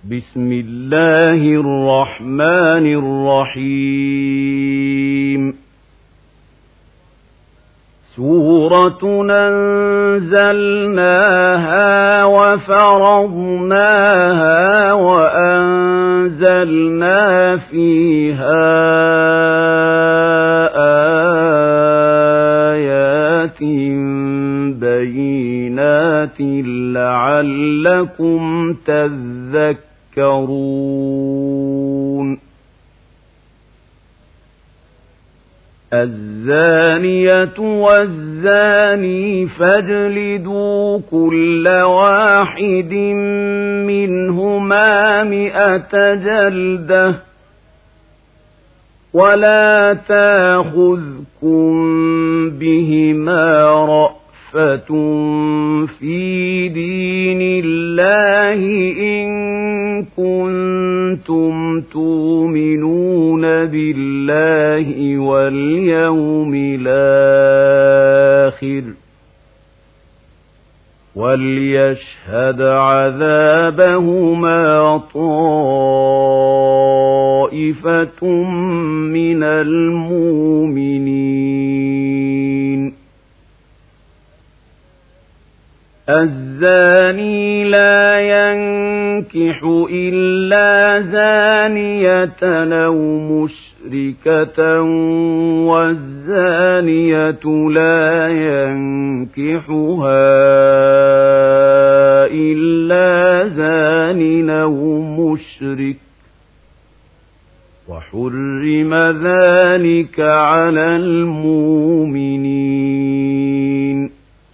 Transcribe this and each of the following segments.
بسم الله الرحمن الرحيم سورة أنزلناها وفرضناها وأنزلنا فيها آيات بينات لعلكم تذكرون الزانية والزاني فاجلدوا كل واحد منهما 100 جلدة ولا تأخذكم بهما رأفة في دين الله إن كنتم تؤمنون بالله واليوم الآخر وليشهد عذابهما طائفة من المؤمنين الزاني لا ينكح إلا زانية أو مشركة والزانية لا ينكحها إلا زان أو مشرك وحرم ذلك على المؤمنين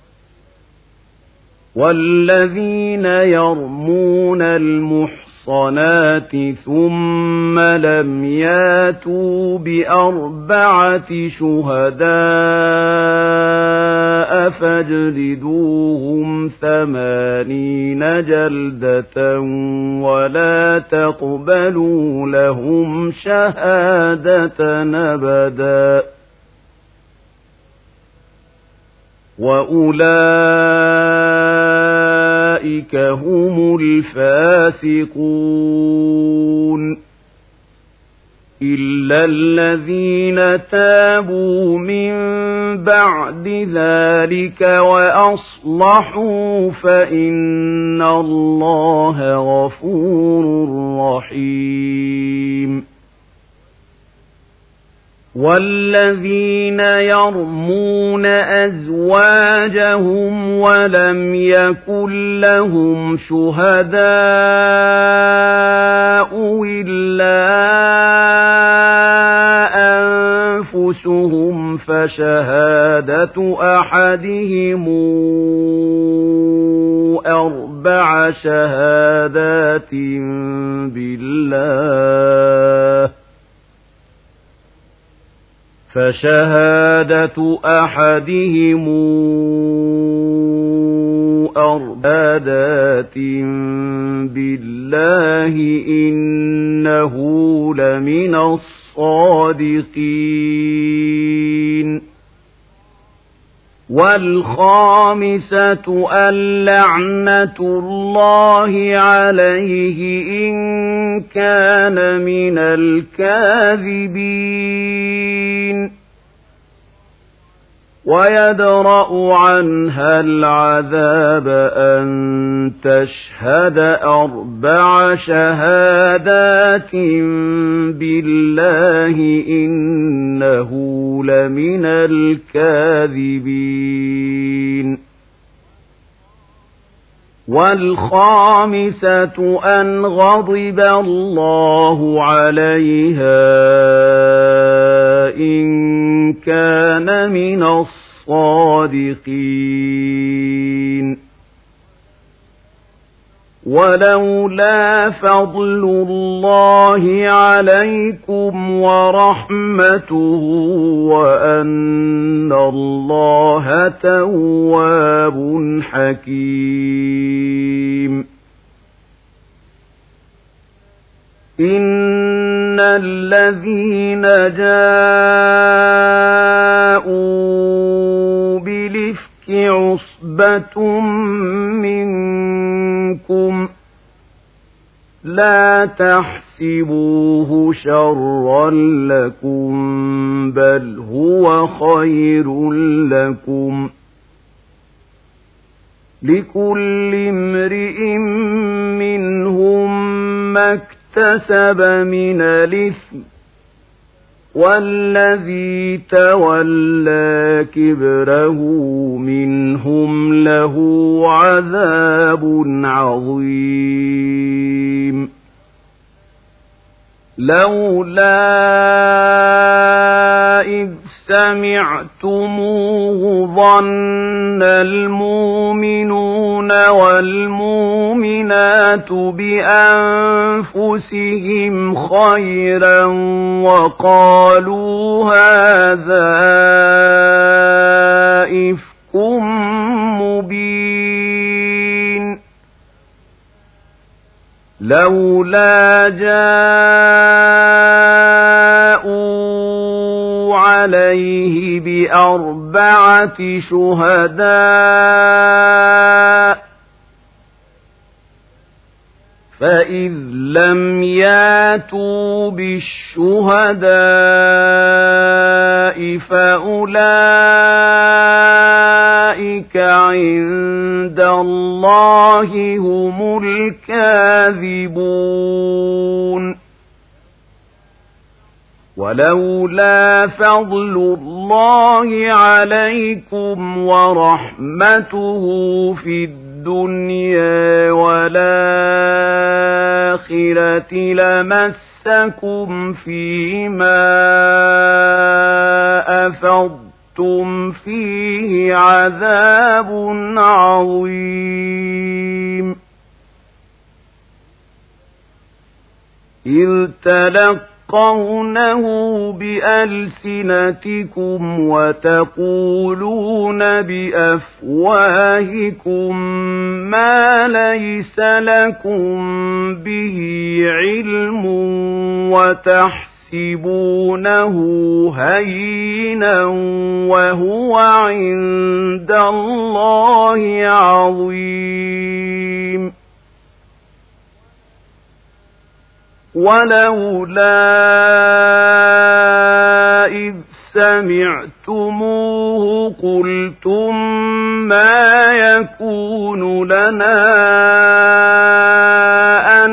والذين يرمون المحصنات ثم لم ياتوا ب4 شهداء فاجلدوهم 80 جلدة ولا تقبلوا لهم شهادة أبدا وأولئك هم الفاسقون إلا الذين تابوا من بعد ذلك وأصلحوا فإن الله غفور رحيم والذين يرمون أزواجهم ولم يكن لهم شهداء إلا أنفسهم فشهادة أحدهم 4 شهادات بالله فشهادة أحدهم 4 شهادات بالله إنه لمن الصادقين والخامسة اللعنة الله عليه إن كان من الكاذبين ويدرأ عنها العذاب أن تشهد 4 شهادات بالله إنه لمن الكاذبين والخامسة أن غضب الله عليها إن كان من الصادقين ولولا فضل الله عليكم ورحمته وأن الله تواب حكيم إن الذين جاءوا بالإفك عصبة منكم لا تحسبوه شرا لكم بل هو خير لكم لكل امرئ منهم ما اكتسب من الإثم والذي تولى كبره منهم له عذاب عظيم لولا إذ سمعتموه ظن المؤمنون والمؤمنات بأنفسهم خيرا وقالوا هذا إفك مبين لولا جاءوا عليه بأربعة شهداء فإذ لم ياتوا بالشهداء فأولئك عند الله هم الكاذبون ولولا فضل الله عليكم ورحمته في الدنيا والآخرة لمسكم فيما أفضتم فيه عذاب عظيم إذ تلقونه بألسنتكم وتقولون بأفواهكم ما ليس لكم به علم وتحسبونه هينا وهو عند الله عظيم ولولا إذ سمعتموه قلتم ما يكون لنا أن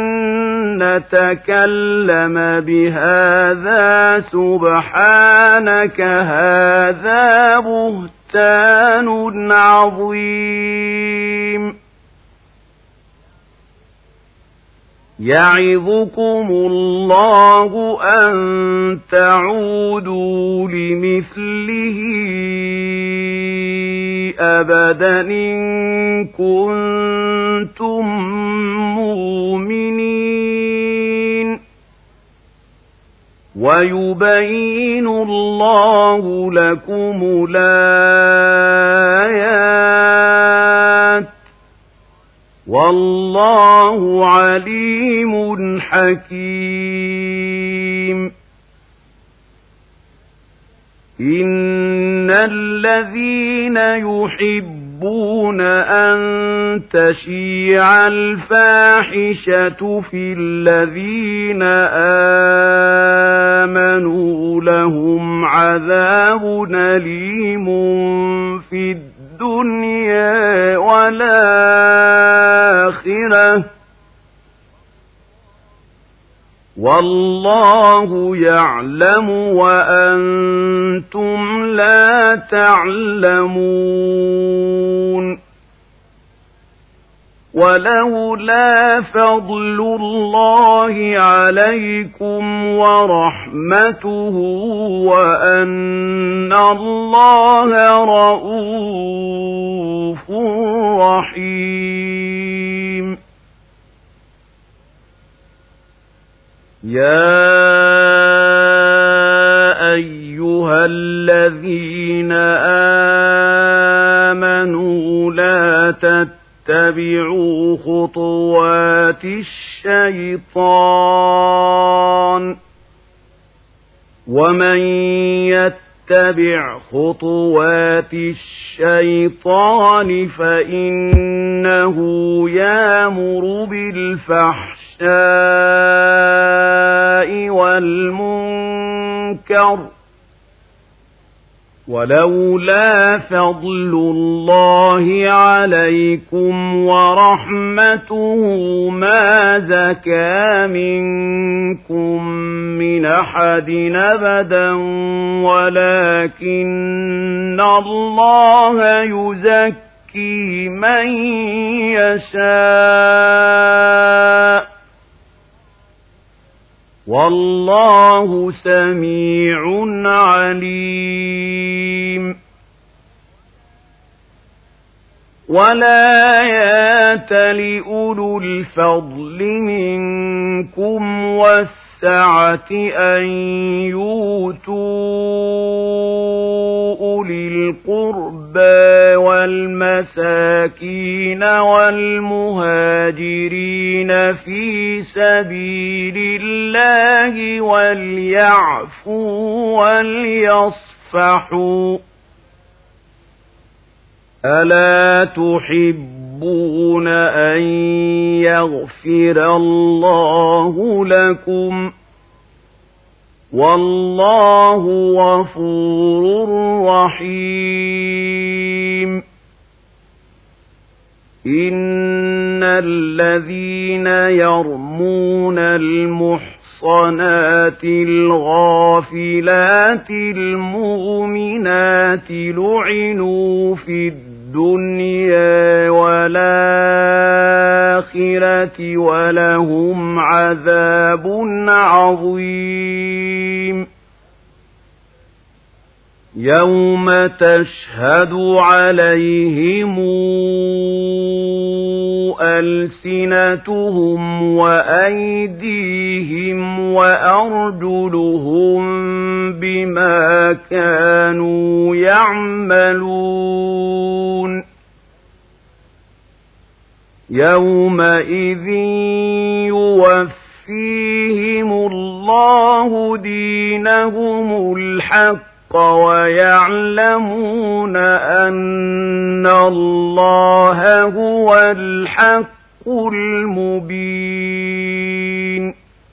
نتكلم بهذا سبحانك هذا بهتان عظيم يعظكم الله أن تعودوا لمثله أبدا إن كنتم مؤمنين ويبين الله لكم الآيات والله عليم حكيم إن الذين يحبون أن تشيع الفاحشة في الذين آمنوا لهم عذاب أليم في الدنيا والآخرة والله يعلم وأنتم لا تعلمون ولولا فضل الله عليكم ورحمته وأن الله رؤوف رحيم يا أيها الذين آمنوا لا تتبعوا خطوات الشيطان ومن تتبع خطوات الشيطان فإنه يأمر بالفحشاء والمنكر ولولا فضل الله عليكم ورحمته ما زكى منكم من أحد أبدا ولكن الله يزكي من يشاء والله سميع عليم ولا يأتل أولو الفضل منكم والسعة أن يؤتوا أولي القربى والمساكين والمهاجرين في سبيل الله وليعفوا وليصفحوا ألا تحبون أن يغفر الله لكم والله غفور رحيم إن الذين يرمون المحصنات الغافلات المؤمنات لعنوا في الدنيا والآخرة ولهم عذاب عظيم يوم تشهد عليهم ألسنتهم وأيديهم وأرجلهم بما كانوا يعملون يومئذ يوفيهم الله دينهم الحق ويعلمون أن الله هو الحق المبين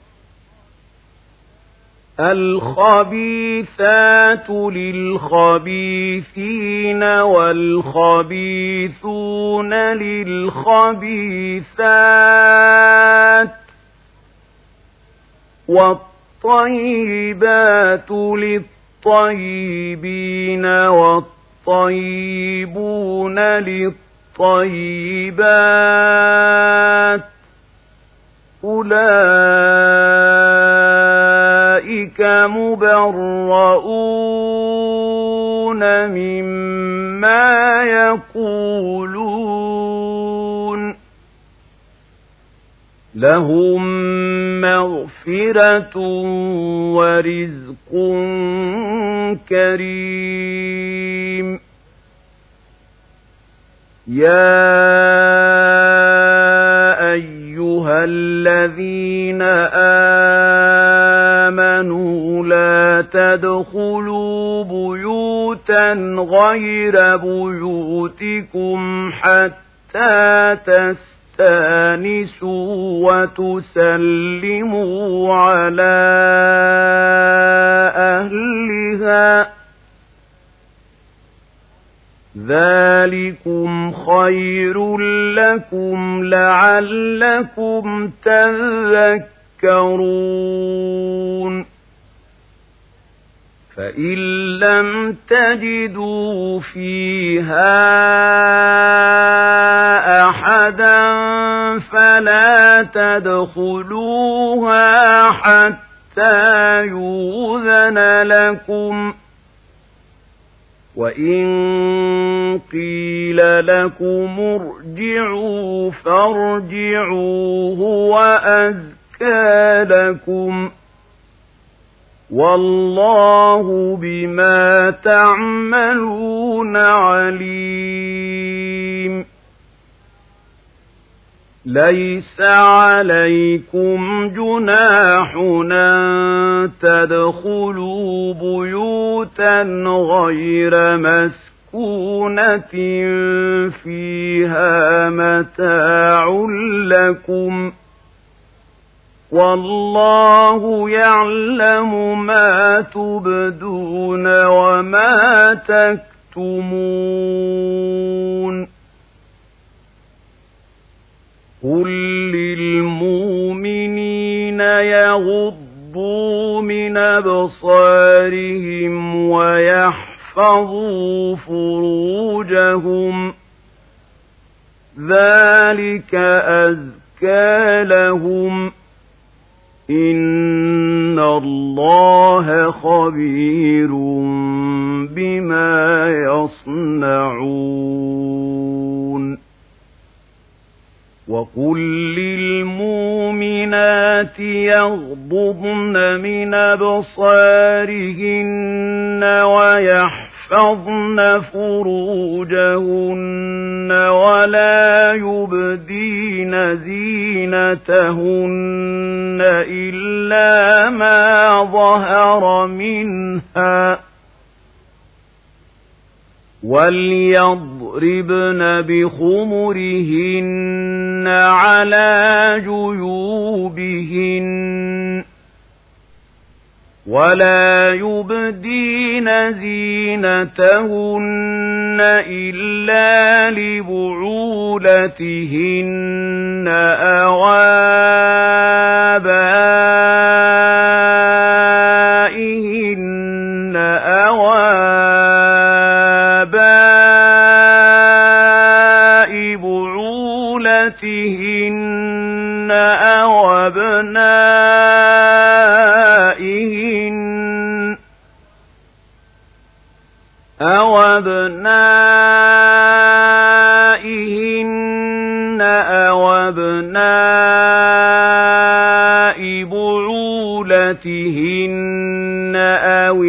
الخبيثات للخبيثين والخبيثون للخبيثات والطيبات للطيبين والطيبون للطيبات أولئك مبرؤون مما يقولون لهم مغفرة ورزق كريم يا أيها الذين آمنوا لا تدخلوا بيوتا غير بيوتكم حتى تستأنسوا وتسلموا على أهلها ذلكم خير لكم لعلكم تذكرون فإن لم تجدوا فيها أحدا فلا تدخلوها حتى يؤذن لكم وإن قيل لكم ارجعوا فارجعوا هو أزكى لكم والله بما تعملون عليم ليس عليكم جناح أن تدخلوا بيوتا غير مسكونة فيها متاع لكم والله يعلم ما تبدون وما تكتمون قل للمؤمنين يغضوا من أبصارهم ويحفظوا فروجهم ذلك أزكى لهم إن الله خبير بما يصنعون وقل للمؤمنات يغضضن من أبصارهن ويحفظن فروجهن ولا يبدين زينتهن إلا ما ظهر منها وليضربن بخمرهن على جيوبهن ولا يبدين زينتهن إلا لبعولتهن أو آبائهن أو آباء بعولتهن أو أبنائهن أو أبناء بعولتهن أو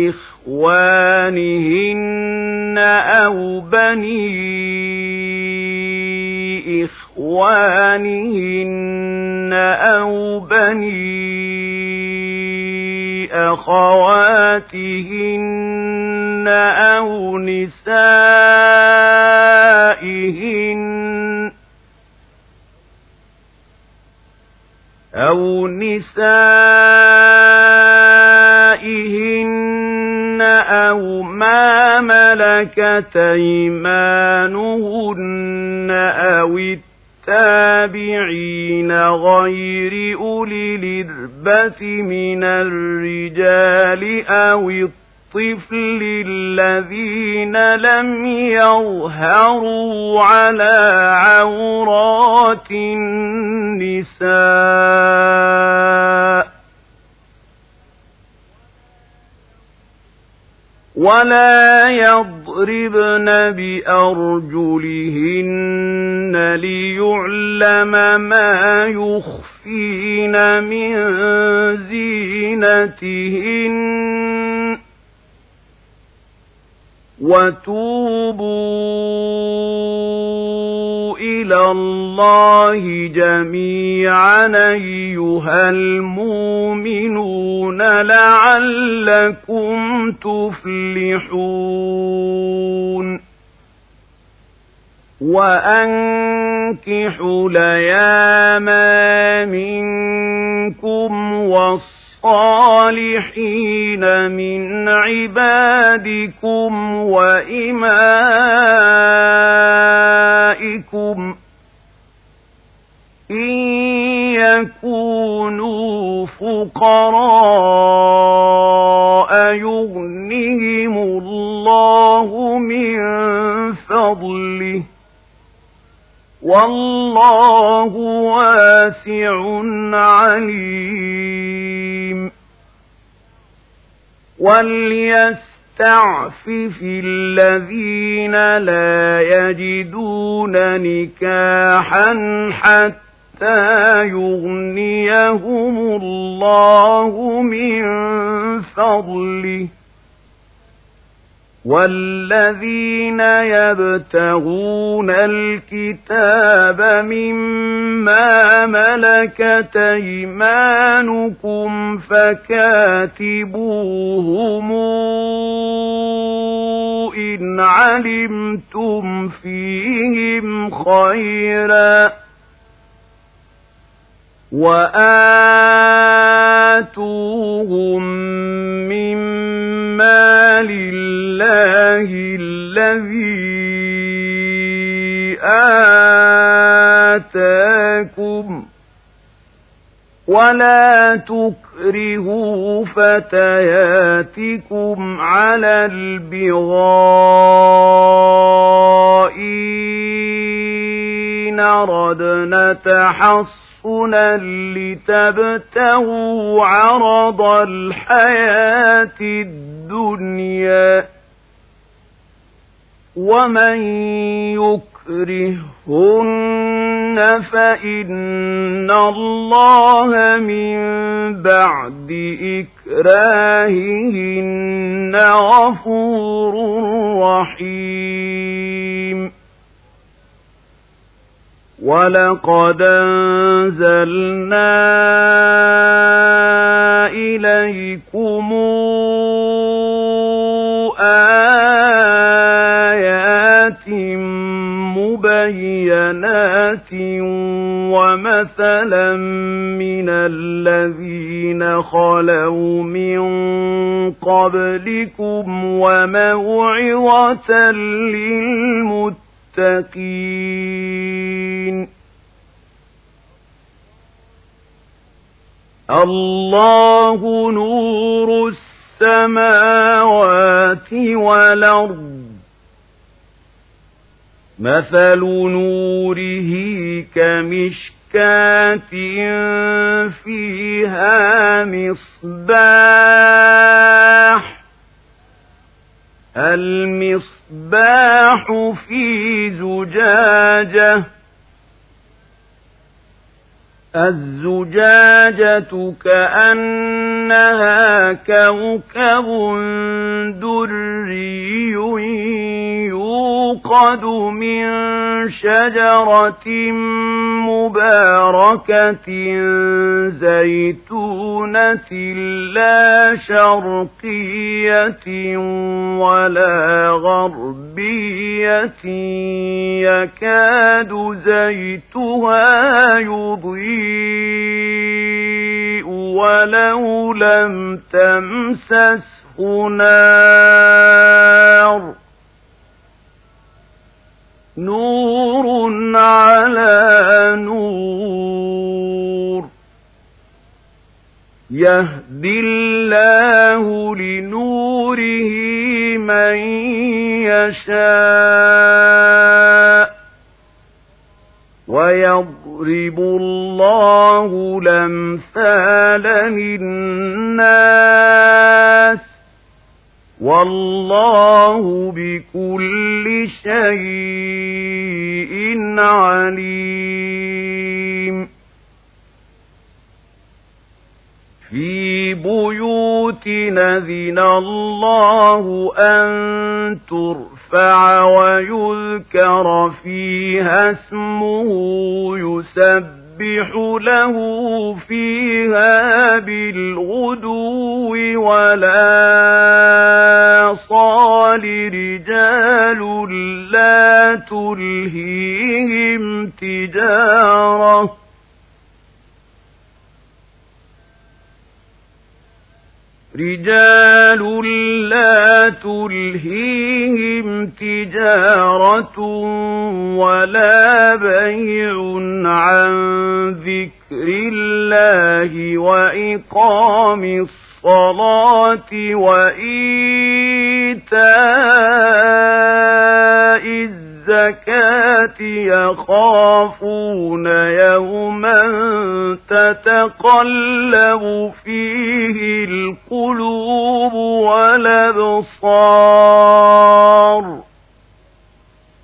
إخوانهن أو بني إخوانهن أو بني أخواتهن أو نسائهن أو ما ملكت أيمانهن أو التابعين غير أولي الإربة من الرجال أو الطفل الذين لم يظهروا على عورات النساء ولا يضربن بأرجلهن ليعلم ما يخفين من زينتهن وتوبوا إلى الله جميعا أيها المؤمنون لعلكم تفلحون وأنكحوا الأيام منكم والصالحين من عبادكم وإمائكم إن يكونوا فقراء يغنهم الله من فضله والله واسع عليم وليستعفف الذين لا يجدون نكاحا حتى يغنيهم الله من فضله والذين يبتغون الكتاب مما ملكت أيمانكم فكاتبوهم إن علمتم فيهم خيرا وآتوهم مما لله الذي آتاكم ولا تكرهوا فتياتكم على البغاء إن أردنا تحصنا لتبتغوا عرض الحياة الدنيا ومن يكرهن فإن الله من بعد إكراههن غفور رحيم ولقد أنزلنا إليكم آيات مبينات ومثلا من الذين خلوا من قبلكم وموعظة للمتقين الله نور السماوات والأرض مثل نوره كمشكاة فيها مصباح المصباح في زجاجة الزجاجة كأنها كوكب دري يوقد من شجرة مباركة زيتونة لا شرقية ولا غربية يكاد زيتها يضيء ولو لم تمسسه نار نور على نور يهدي الله لنوره من يشاء ويضرب الله الأمثال للناس والله بكل شيء عليم في بيوت أذن الله أن ترفع ويذكر فيها اسمه يسبح له فيها بالغدو ولا صال رجال لا تلهيهم تجارة ولا بيع عن ذكر الله وإقام الصلاة وإيتاء الزكاة يخافون يوما تتقلب فيه القلوب والأبصار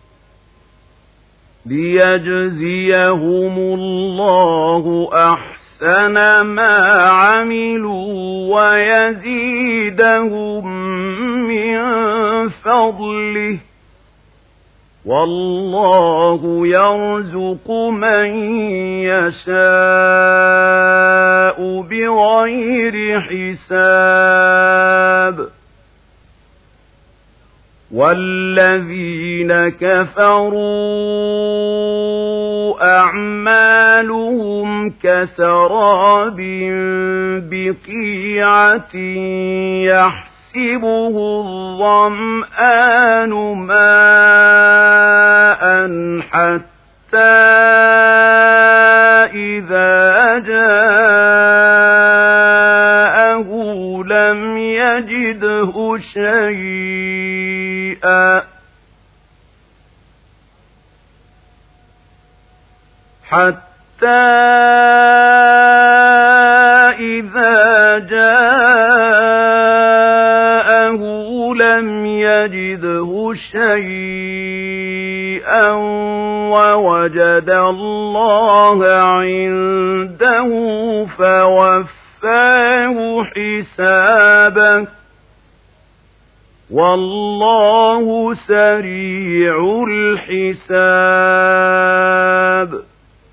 ليجزيهم الله أحسن أحسن ما عملوا ويزيدهم من فضله والله يرزق من يشاء بغير حساب والذين كفروا أعمالهم كسراب بقيعة يحسبه الظمآن ماء حتى إذا جاءه لم يجده شيئا حتى إذا جاءه لم يجده شيئا ووجد الله عنده فوفاه حسابه والله سريع الحساب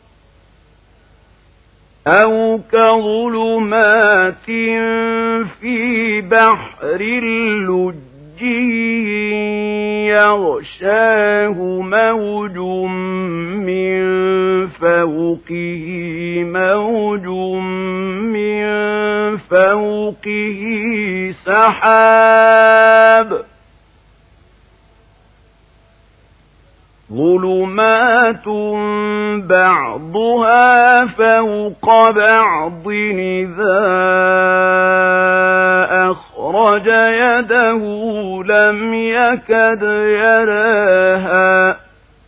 أو كظلمات في بحر لجي يغشاه موج من فوقه موج من فوقه سحاب ظلمات بعضها فوق بعض إذا أخرج يده لم يكد يراها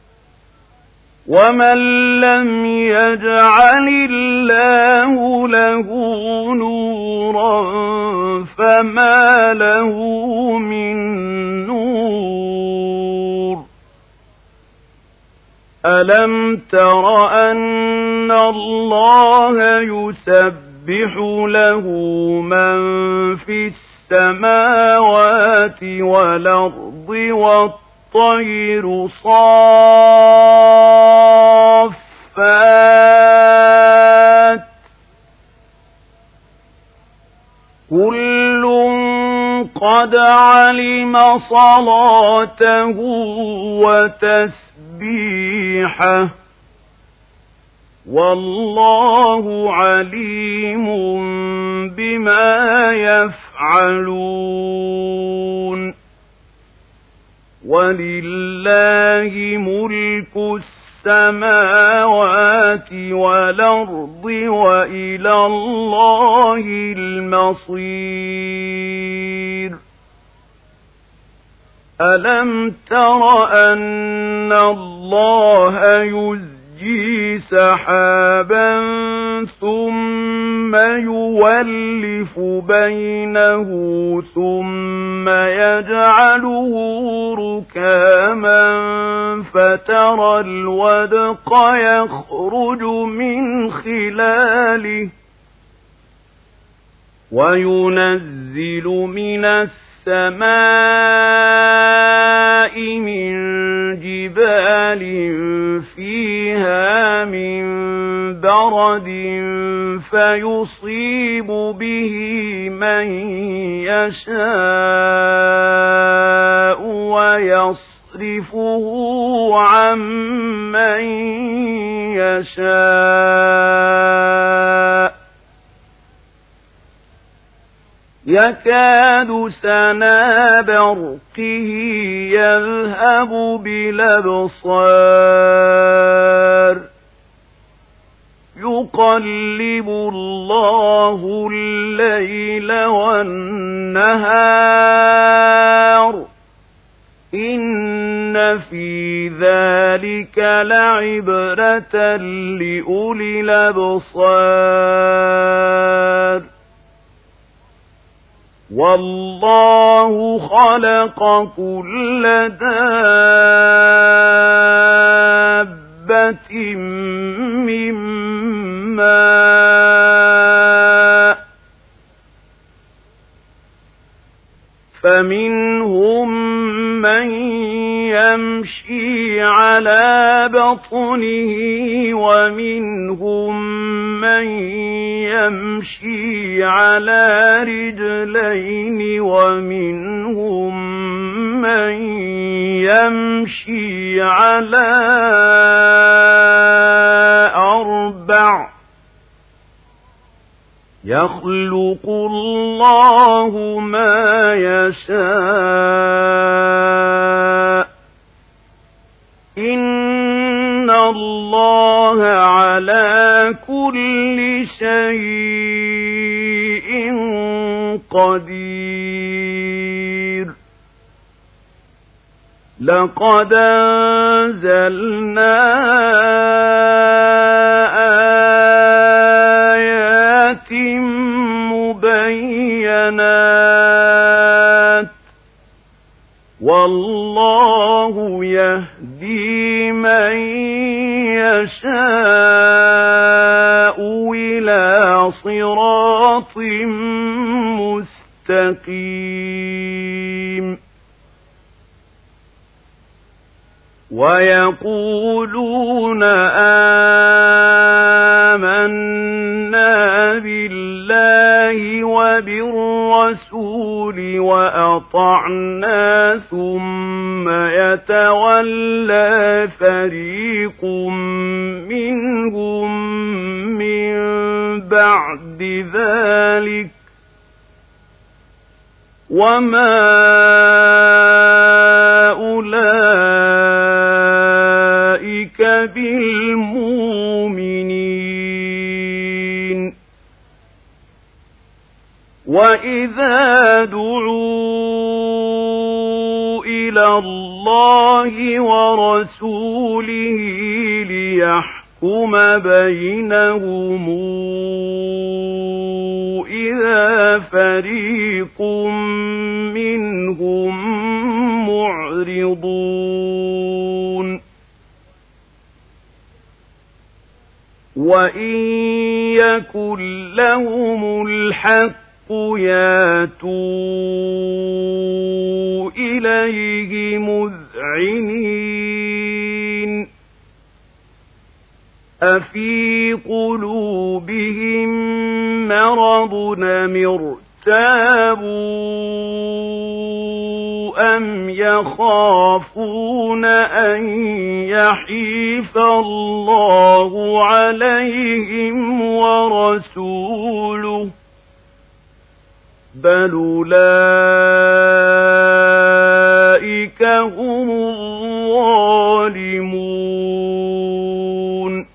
ومن لم يجعل الله له نورا فما له من نور ألم تر أن الله يسبح له من في السماوات والأرض والطير صافات كل قد علم صلاته وتسبيحه والله عليم بما يفعلون ولله ملك السماوات والأرض وإلى الله المصير ألم تر أن الله يزجي سحابا ثم يولف بينه ثم يجعله ركاما فترى الودق يخرج من خلاله وينزل من السماء من جبال فيها من برد فيصيب به من يشاء ويصرفه عن من يشاء يكاد سنا برقه يذهب بالأبصار يقلب الله الليل والنهار إن في ذلك لعبرة لأولي الأبصار والله خلق كل دابة من ماء فمنهم من يمشي على بطنه ومنهم من يمشي على رجلين ومنهم من يمشي على 4 يخلق الله ما يشاء إن الله على كل شيء قدير لقد أنزلنا آيات مبينات والله يهدي من يشاء إلى صراط مستقيم ويقولون آمنا بالله وبالرسول وأطعنا ثم يتولى فريق منهم من بعد ذلك وما أولئك بالمؤمنين وإذا دعوا إلى الله ورسوله ليحكم بينهم إذا فريق منهم معرضون وإن يكن لهم الحق ياتوا إليه مذعنين أفي قلوبهم مرض ارتابوا أم يخافون أن يحيف الله عليهم ورسوله بل أولئك هم الظالمون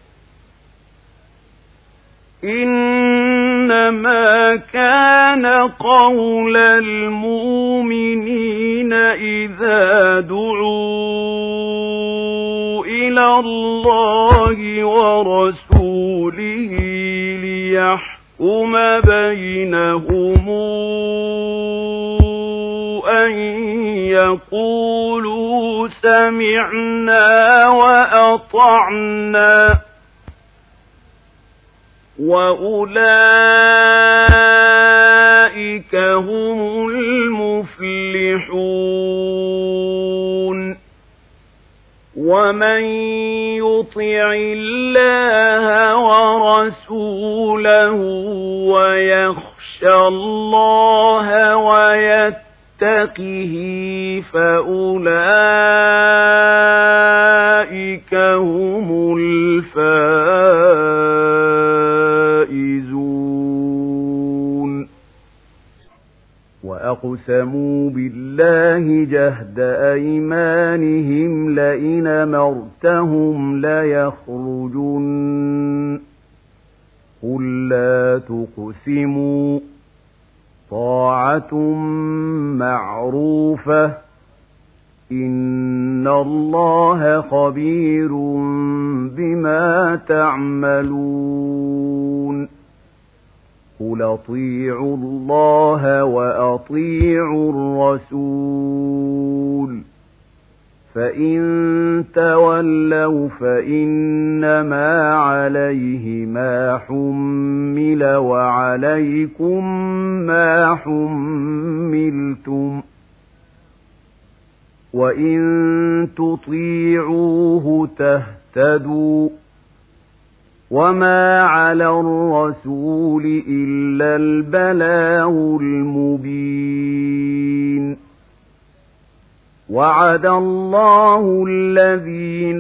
إنما كان قول المؤمنين إذا دعوا إلى الله ورسوله ليحكم بينهم أن يقولوا سمعنا وأطعنا وأولئك هم المفلحون ومن يطع الله ورسوله ويخشى الله ويتقه فأولئك هم الفائزون وأقسموا بالله جهد أيمانهم لئن أمرتهم ليخرجن قل لا تقسموا طاعة معروفة إن الله خبير بما تعملون قل اطيعوا الله وأطيعوا الرسول فإن تولوا فإنما عليه ما حمل وعليكم ما حملتم وإن تطيعوه تهتدوا وما على الرسول إلا البلاغ المبين وعد الله الذين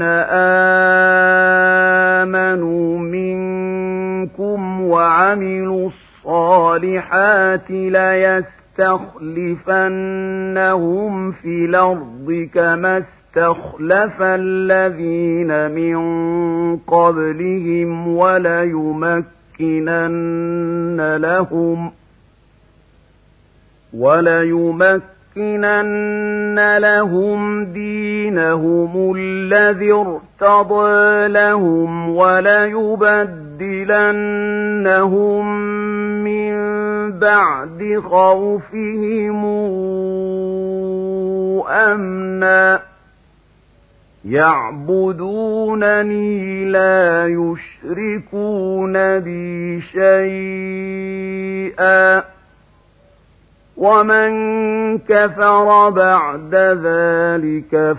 آمنوا منكم وعملوا الصالحات ليستخلفنهم في الأرض كما استخلف الذين من قبلهم وليمكنن لهم دينهم الذي ارتضى لهم وليبدلنهم من بعد خوفهم أمنا يعبدونني لا يشركون بي شيئا ومن كفر بعد ذلك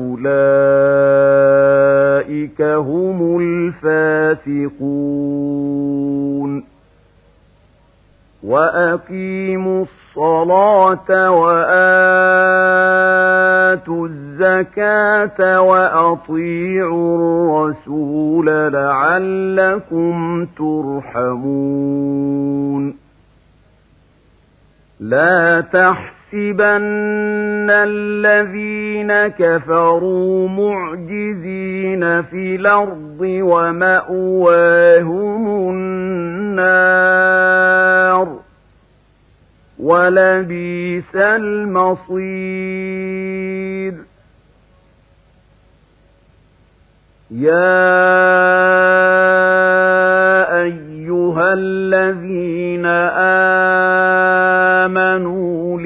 فأولئك هم الفاسقون وأقيموا الصلاة وآتوا الزكاة وأطيعوا الرسول لعلكم ترحمون لا تحسبن الذين كفروا معجزين في الأرض ومأواهم النار ولبئس المصير يا أيها الذين آمنوا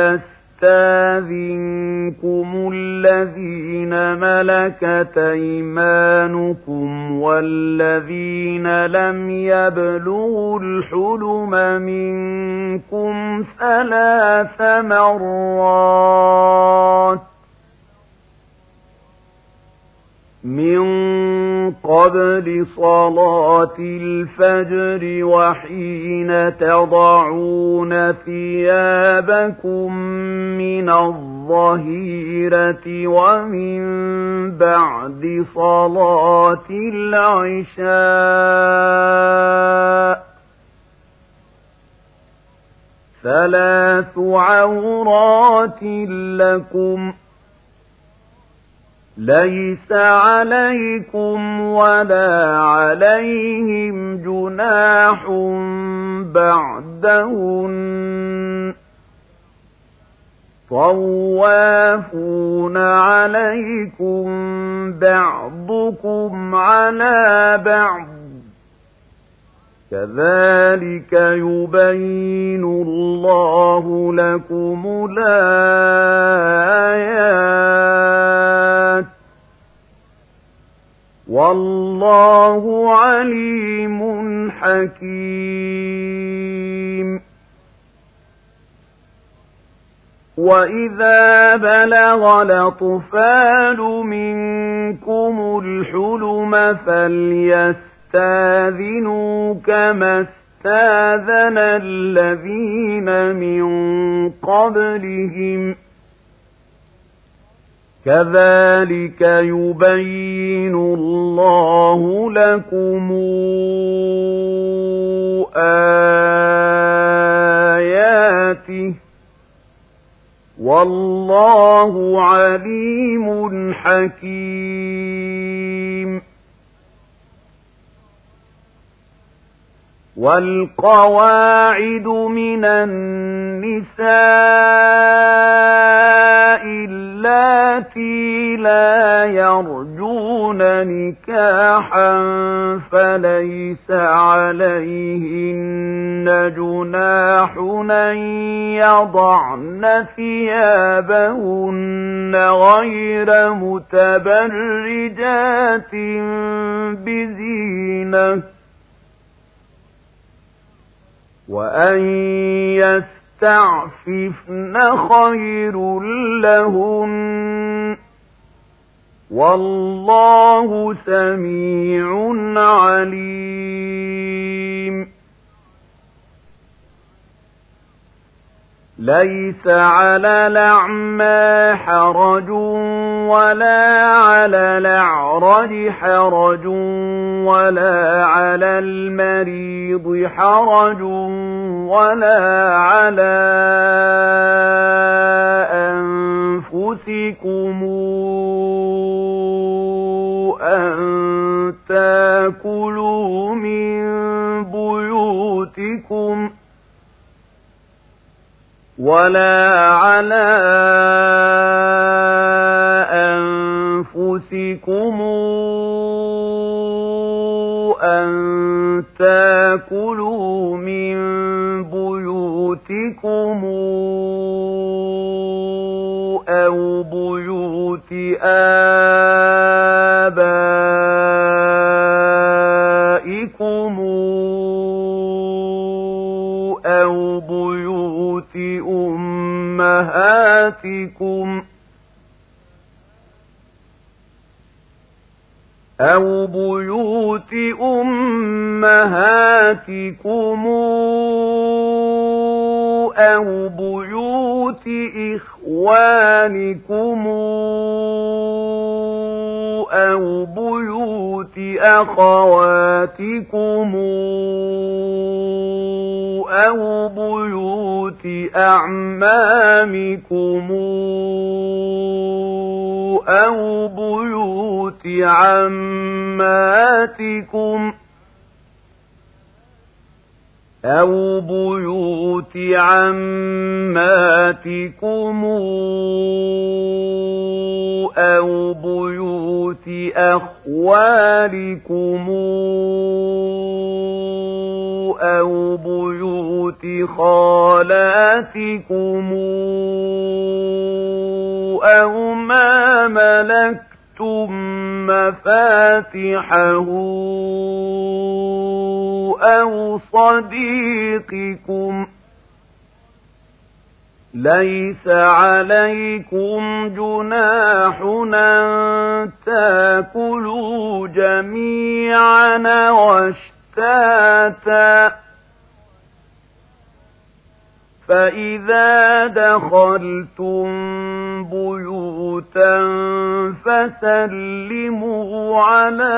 ليستاذنكم الذين ملكت أيمانكم والذين لم يبلغوا الحلم منكم 3 مرات من قبل صلاة الفجر وحين تضعون ثيابكم من الظهيرة ومن بعد صلاة العشاء 3 عورات لكم ليس عليكم ولا عليهم جناح بعدهن طوافون عليكم بعضكم على بعض كذلك يبين الله لكم الآيات والله عليم حكيم وإذا بلغ الأطفال منكم الحلم فليستاذنوا كما استاذن الذين من قبلهم كذلك يبين الله لكم آياته والله عليم حكيم والقواعد من النساء اللاتي لا يرجون نكاحا فليس عليهن جناح أن يضعن ثيابهن غير متبرجات بزينة وأن يستعففن خير لهن والله سميع عليم ليس على الأعمى حرج ولا على الأعرج حرج ولا على المريض حرج ولا على أنفسكم أن تأكلوا من بيوتكم ولا على أنفسكم أن تأكلوا من بيوتكم أو بيوت آبائكم أو بيوت أمهاتكم أو بيوت أمهاتكم أو بيوت إخوانكم أو بيوت أخواتكم أو بيوت أعمامكم أو بيوت عماتكم أو بيوت عماتكم أو بيوت أخوالكم أو بيوت خالاتكم أو ما ملكتم مفاتحه أو صديقكم ليس عليكم جناح أن تأكلوا جميعا واشتاتا فإذا دخلتم بيوتا فسلموا على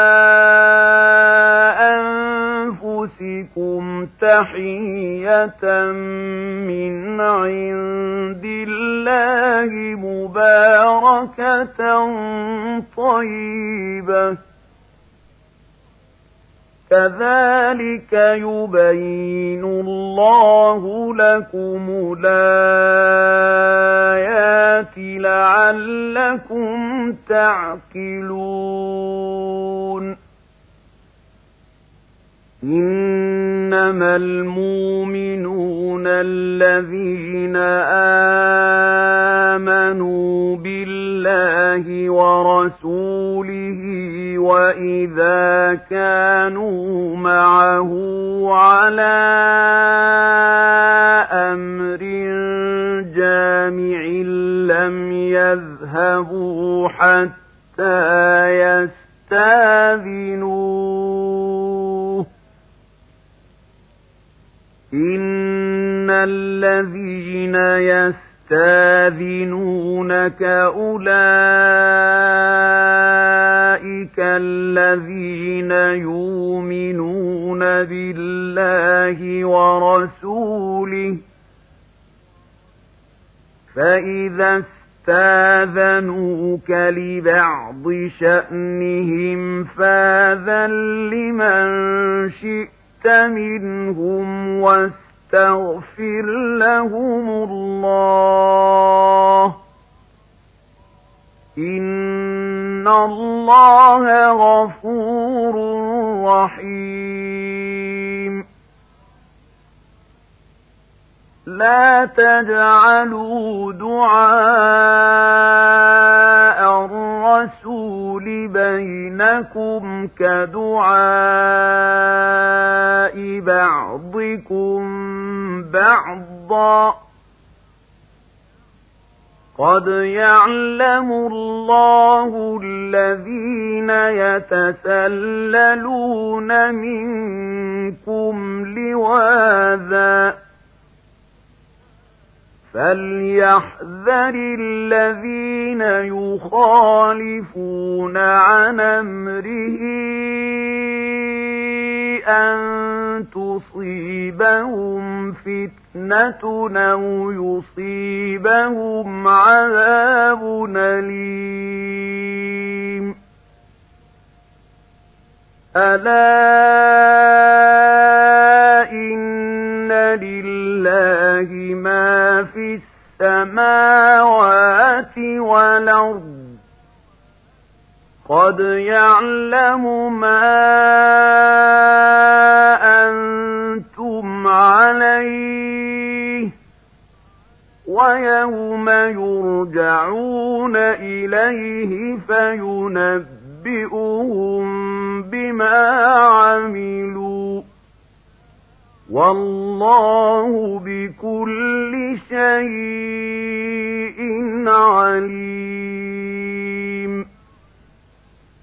أنفسكم تحية من عند الله مباركة طيبة كذلك يبين الله لكم الآيات لعلكم تعقلون إنما المؤمنون الذين آمنوا بالله ورسوله وإذا كانوا معه على أمر جامع لم يذهبوا حتى يستأذنوه إن الذين يستأذنونك أولئك الذين يؤمنون بالله ورسوله فإذا استاذنوك لبعض شأنهم فاذن لمن شئت منهم واستغفر لهم الله إن الله غفور رحيم لا تجعلوا دعاء الرسول بينكم كدعاء بعضكم بعضا قد يعلم الله الذين يتسللون منكم لواذا فليحذر الذين يخالفون عن أمره أن تصيبهم فتنة أو يصيبهم عذاب أليم ألا إن لله ما في السماوات والأرض قد يعلم ما أنتم عليه ويوم يرجعون إليه فينبئهم بما عملوا والله بكل شيء عليم